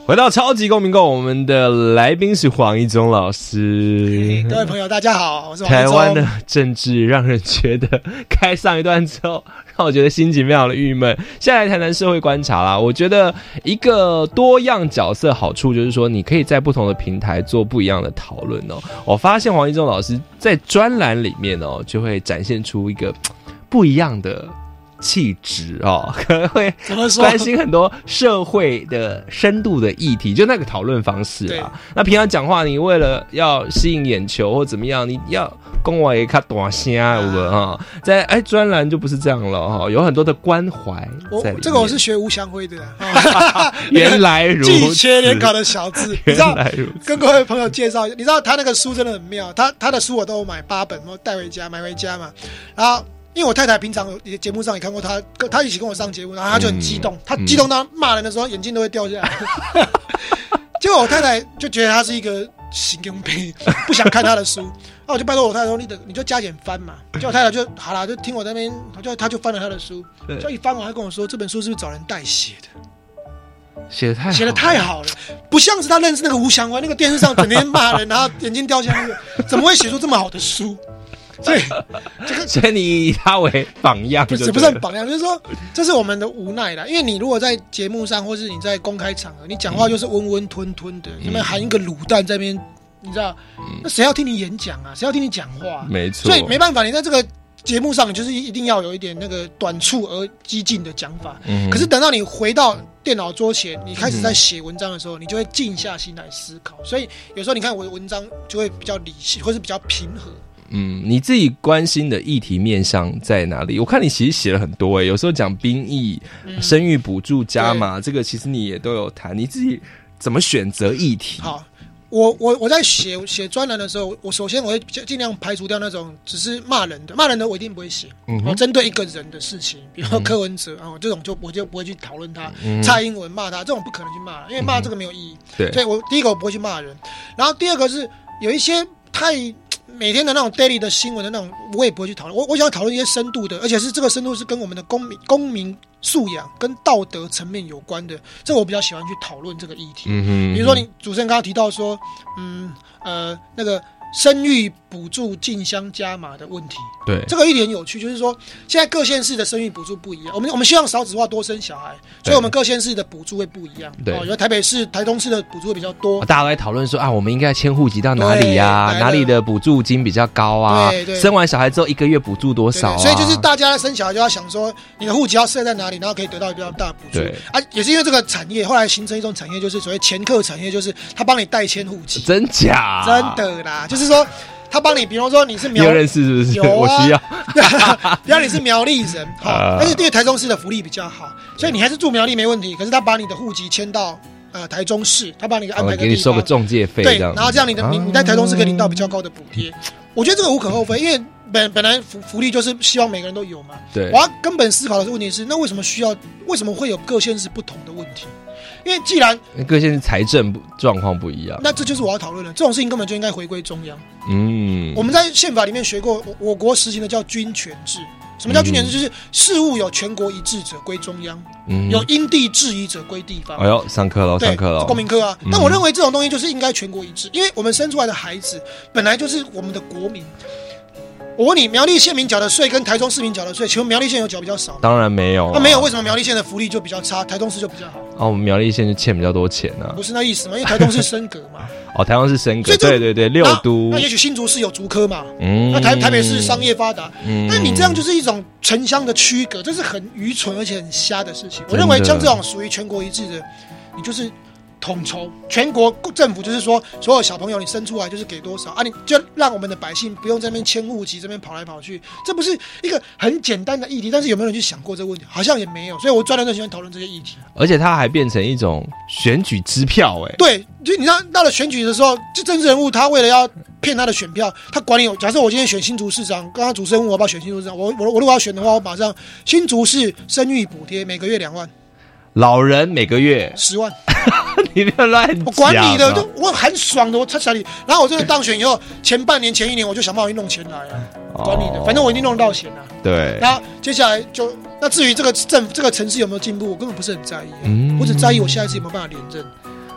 回到超级公民购，我们的来宾是黄一中老师。
各位朋友，大家好，我是黄一中。
台湾的政治让人觉得开上一段之后，让我觉得心情非常的郁闷。现在来谈谈社会观察啦，我觉得一个多样角色好处就是说，你可以在不同的平台做不一样的讨论哦。我发现黄一中老师在专栏里面哦，就会展现出一个不一样的气质哦，可能会关心很多社会的深度的议题，就那个讨论方式啊。那平常讲话，你为了要吸引眼球或怎么样，你要讲话也较大声，有没有哈？在专栏就不是这样了哈，有很多的关怀在里面。
这个我是学吴祥辉的，
原来如此，
记切联考的小字，原来如此。跟各位朋友介绍一下，你知道他那个书真的很妙，他的书我都有买8本，我带回家买回家嘛，然后。因为我太太平常节目上也看过她一起跟我上节目，然后她就很激动，她激动到骂人的时候眼睛都会掉下来。结果我太太就觉得她是一个神经病，不想看她的书。那我就拜托我太太说：“你就加减翻嘛。”结果我太太就好啦，就听我那边，她就翻了她的书，就一翻完，她跟我说：“这本书是不是找人代写的？
写
得太好了，不像是她认识那个吴祥辉，那个电视上整天骂人，然后眼睛掉下来，怎么会写出这么好的书？”所
以你以他为榜样，
不是榜样，就是说这是我们的无奈啦。因为你如果在节目上，或是你在公开场合，你讲话就是温温吞吞的，那边含一个卤蛋在那边，你知道，那谁要听你演讲啊？谁要听你讲话？
没错，
所以没办法，你在这个节目上，你就是一定要有一点那个短促而激进的讲法。可是等到你回到电脑桌前，你开始在写文章的时候，你就会静下心来思考。所以有时候你看我的文章就会比较理性，或是比较平和。
你自己关心的议题面向在哪里？我看你其实写了很多有时候讲兵役、生育补助加码，这个其实你也都有谈。你自己怎么选择议题？
好，我在写专栏的时候，我首先我会尽量排除掉那种只是骂人的我一定不会写。我针对一个人的事情，比如说柯文哲这种我就不会去讨论他。蔡英文骂他这种不可能去骂，因为骂这个没有意义。对，所以我第一个我不会去骂人，然后第二个是有一些每天的那种 daily 的新闻的那种，我也不会去讨论。我想要讨论一些深度的，而且是这个深度是跟我们的公民素养跟道德层面有关的，这个我比较喜欢去讨论这个议题。比如说你主持人刚刚提到说，那个生育补助进乡加码的问题，
对，
这个一点有趣，就是说现在各县市的生育补助不一样，我们希望少子化多生小孩，所以我们各县市的补助会不一样。对，有台北市、台东市的补助会比较多，
大家都在讨论说我们应该迁户籍到哪里啊？哪里的补助金比较高啊？对，生完小孩之后1个月补助多少啊？
所以就是大家生小孩就要想说，你的户籍要设在哪里，然后可以得到比较大的补助。也是因为这个产业后来形成一种产业，就是所谓前客产业，就是他帮你代迁户籍。
真假？
真的啦，就是说。他帮你，比如说你是苗，
你有认识是不是？有我需要。
比如你是苗栗人，但是因为台中市的福利比较好，所以你还是住苗栗没问题。可是他把你的户籍迁到台中市，他帮你安排个地方，
给你收个中介费，
对，然后这样你在台中市可以领到比较高的补贴。我觉得这个无可厚非，因为本来福利就是希望每个人都有嘛。对，我要根本思考的问题是，那为什么会有各县市不同的问题？因为既然
各县市财政状况不一样，
那这就是我要讨论的。这种事情根本就应该回归中央。我们在宪法里面学过，我国实行的叫均权制。什么叫均权制？就是事务有全国一致者归中央，有因地制宜者归地方。哎呦，
上课了，上课了，
公民课啊。但我认为这种东西就是应该全国一致，因为我们生出来的孩子本来就是我们的国民。我问你，苗栗县民缴的税跟台中市民缴的税，请问苗栗县有缴比较少吗？
当然没有。
那没有，为什么苗栗县的福利就比较差，台中市就比较好？
我们苗栗县就欠比较多钱啊。
不是那意思嘛，因为台中是升格嘛。
台中是升格，对，6都。
那也许新竹市有竹科嘛，那台北市商业发达，但你这样就是一种城乡的区隔，这是很愚蠢而且很瞎的事情。我认为像这种属于全国一致的，你就是统筹全国政府，就是说所有小朋友你生出来就是给多少啊，你就让我们的百姓不用在那边迁户籍，这边跑来跑去，这不是一个很简单的议题？但是有没有人去想过这个问题？好像也没有，所以我专门喜欢讨论这些议题。
而且它还变成一种选举支票，
对，就你知道到了选举的时候，这政治人物他为了要骗他的选票，他管你。假设我今天选新竹市长，刚刚主持人问我要不要选新竹市长，我如果要选的话，我马上新竹市生育补贴每个月2万，
老人每个月
10万。
你不要乱讲，
我管你的，我很爽的，我插你。然后我真的当选以后，前半年、前1年我就想办法去弄钱来啊，管你的，反正我一定弄到钱啊。
对。
然后接下来至于这个城市有没有进步，我根本不是很在意，我只在意我下一次有没有办法连任。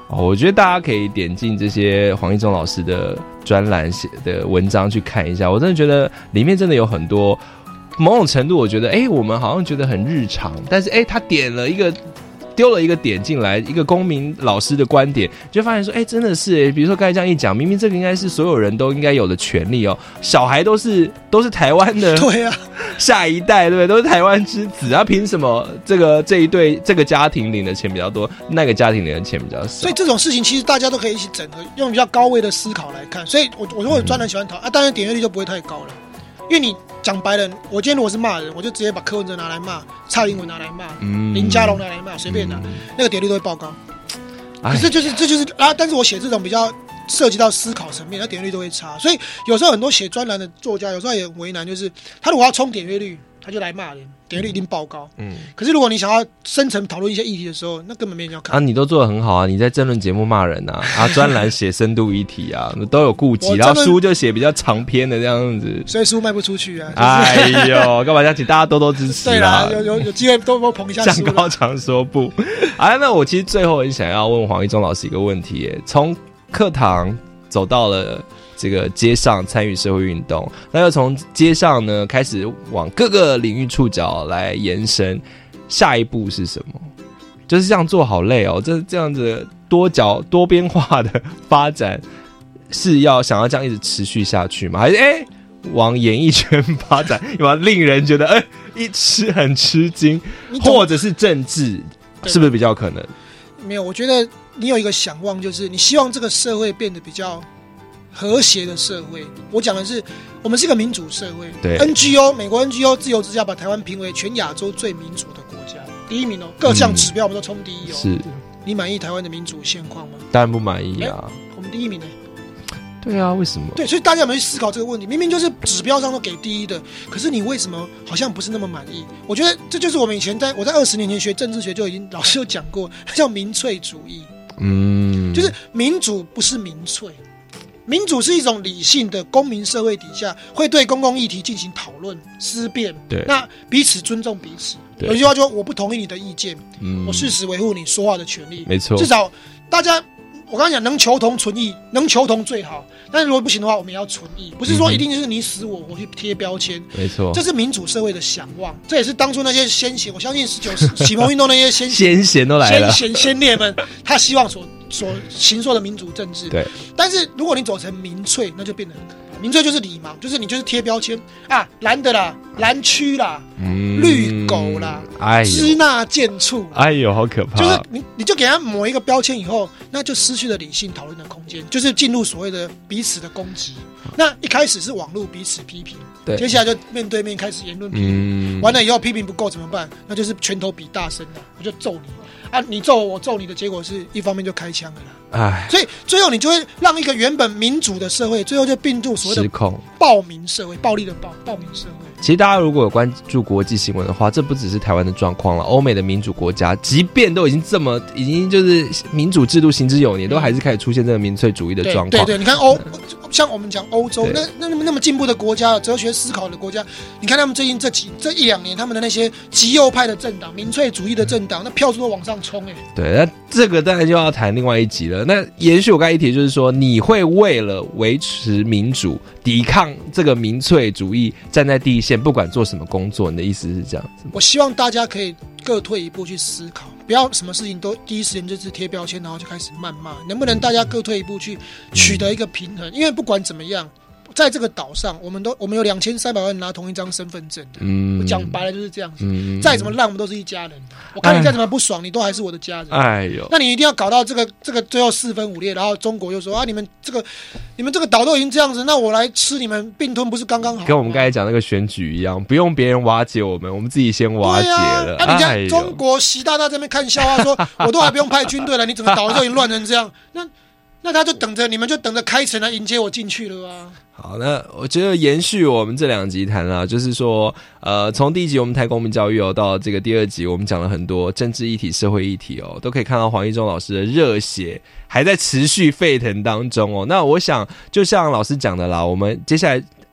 我觉得大家可以点进这些黄一中老师的专栏写的文章去看一下，我真的觉得里面真的有很多某种程度，我觉得我们好像觉得很日常，但是他丢了一个点进来，一个公民老师的观点，就发现说真的是比如说刚才这样一讲，明明这个应该是所有人都应该有的权利哦，小孩都是台湾的
对啊
下一代，对不对？都是台湾之子啊，凭什么这一对这个家庭领的钱比较多，那个家庭领的钱比较少？
所以这种事情其实大家都可以一起整合，用比较高位的思考来看。所以我如果专门喜欢讨当然点阅率就不会太高了，因为你讲白了，我今天如果是骂人，我就直接把柯文哲拿来骂，蔡英文拿来骂，林佳龙拿来骂，随便拿，那个点率都会爆高。可是这就是但是我写这种比较涉及到思考层面，那点阅率都会差。所以有时候很多写专栏的作家，有时候也很为难，就是他如果要冲点阅率，他就来骂人，点阅率一定爆高。可是如果你想要深层讨论一些议题的时候，那根本没人要看啊。
你都做得很好啊，你在政论节目骂人啊，专栏写深度议题啊，都有顾及，然后书就写比较长篇的这样子，
所以书卖不出去啊。
哎呦，干嘛要请大家多多支持啦？
对啦，有机会多捧一下书。
向高墙说不。那我其实最后很想要问黄一中老师一个问题，从课堂走到了这个街上参与社会运动，那又从街上呢开始往各个领域触角来延伸，下一步是什么？就是这样做好累哦，这样子多边化的发展是想要这样一直持续下去吗？还是往演艺圈发展，有没有令人觉得很吃惊？或者是政治，是不是比较可能？
没有，我觉得你有一个想望，就是你希望这个社会变得比较和谐的社会。我讲的是，我们是一个民主社会。
对
，NGO 美国 NGO 自由之家把台湾评为全亚洲最民主的国家，第1名哦，各项指标我们都冲第1哦。
是，
你满意台湾的民主现况吗？
当然不满意啊。
我们第1名呢？
对啊，为什么？
对，所以大家有没有去思考这个问题？明明就是指标上都给第1的，可是你为什么好像不是那么满意？我觉得这就是我们以前我在20年前学政治学就已经老师有讲过，叫民粹主义。就是民主不是民粹，民主是一种理性的公民社会底下会对公共议题进行讨论思辨，
对，
那彼此尊重彼此。有一句话说，我不同意你的意见，我誓死维护你说话的权利。
没错，
至少大家。我刚才讲，能求同存异，能求同最好。但是如果不行的话，我们也要存异，不是说一定就是你死我去贴标签。
没错，
这是民主社会的想望，这也是当初那些先贤，我相信启蒙运动那些
先贤都来了，
先烈们，他希望所行说的民主政治。
对，
但是如果你走成民粹，那就变得很可怕。民粹就是礼盲，就是你就是贴标签啊，蓝的啦，蓝区啦，绿狗啦，支那贱畜，
哎呦，好可怕！
就是你就给他抹一个标签以后，那就失去了理性讨论的空间，就是进入所谓的彼此的攻击。那一开始是网络彼此批评，对，接下来就面对面开始言论批评，完了以后批评不够怎么办？那就是拳头比大声了，我就揍你啊！你揍我揍你的结果是一方面就开枪了啦。所以最后你就会让一个原本民主的社会，最后就并入所谓的暴民社会，暴力的暴民社会。
其实大家如果有关注国际新闻的话，这不只是台湾的状况了，欧美的民主国家，即便都已经就是民主制度行之有年，都还是开始出现这个民粹主义的状况。
对，你看像我们讲欧洲，那么进步的国家，哲学思考的国家，你看他们最近这1-2年，他们的那些极右派的政党、民粹主义的政党，那票数都往上冲
对，那这个当然就要谈另外一集了。那延续我刚才一提，就是说，你会为了维持民主、抵抗这个民粹主义，站在第一线，不管做什么工作，你的意思是这样子吗？
我希望大家可以各退一步去思考，不要什么事情都第一时间就是贴标签，然后就开始谩骂。能不能大家各退一步去取得一个平衡？因为不管怎么样，在这个岛上，我们有2300万人拿同一张身份证的。我讲白了就是这样子。再怎么烂，我们都是一家人。我看你再怎么不爽，你都还是我的家人。哎呦，那你一定要搞到这个最后4分5裂，然后中国又说啊，你们这个岛都已经这样子，那我来吃你们并吞不是刚刚好？
跟我们刚才讲那个选举一样，不用别人瓦解我们自己先瓦解了。
你看中国习大大这边看笑话说，我都还不用派军队了，你整个岛就已经乱成这样，那他就你们就等着开城来迎接我进去了啊！
好，那我觉得延续我们这2集谈啦，就是说，从第1集我们谈公民教育到这个第2集，我们讲了很多政治议题、社会议题都可以看到黄一中老师的热血还在持续沸腾当中那我想，就像老师讲的啦，我们接下来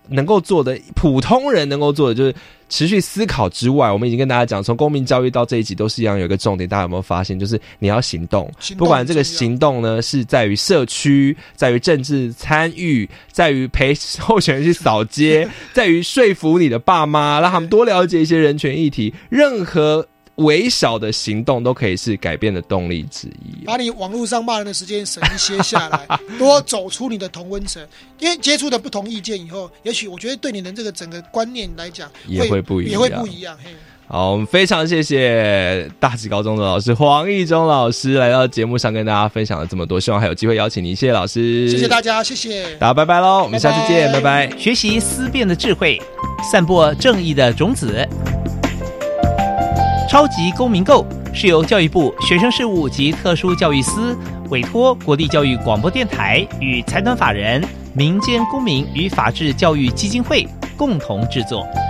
能够做的，普通人能够做的，就是持续思考之外，我们已经跟大家讲，从公民教育到这一集都是一样，有一个重点，大家有没有发现？就是你要行动，不管这个行动呢是在于社区，在于政治参与，在于陪候选人去扫街，在于说服你的爸妈，让他们多了解一些人权议题，任何微小的行动都可以是改变的动力之一。
把你网络上骂人的时间省一些下来，多走出你的同温层，因为接触的不同意见以后，也许我觉得对你的这个整个观念来讲
也会不一
样。
好，我们非常谢谢大直高中的老师黄义中老师来到节目上跟大家分享了这么多，希望还有机会邀请您，谢谢老师，
谢谢大家，谢谢
大家，拜拜咯，我们下次见，拜拜。
学习思辨的智慧，散播正义的种子。超级公民购是由教育部学生事务及特殊教育司委托国立教育广播电台与财团法人民间公民与法治教育基金会共同制作。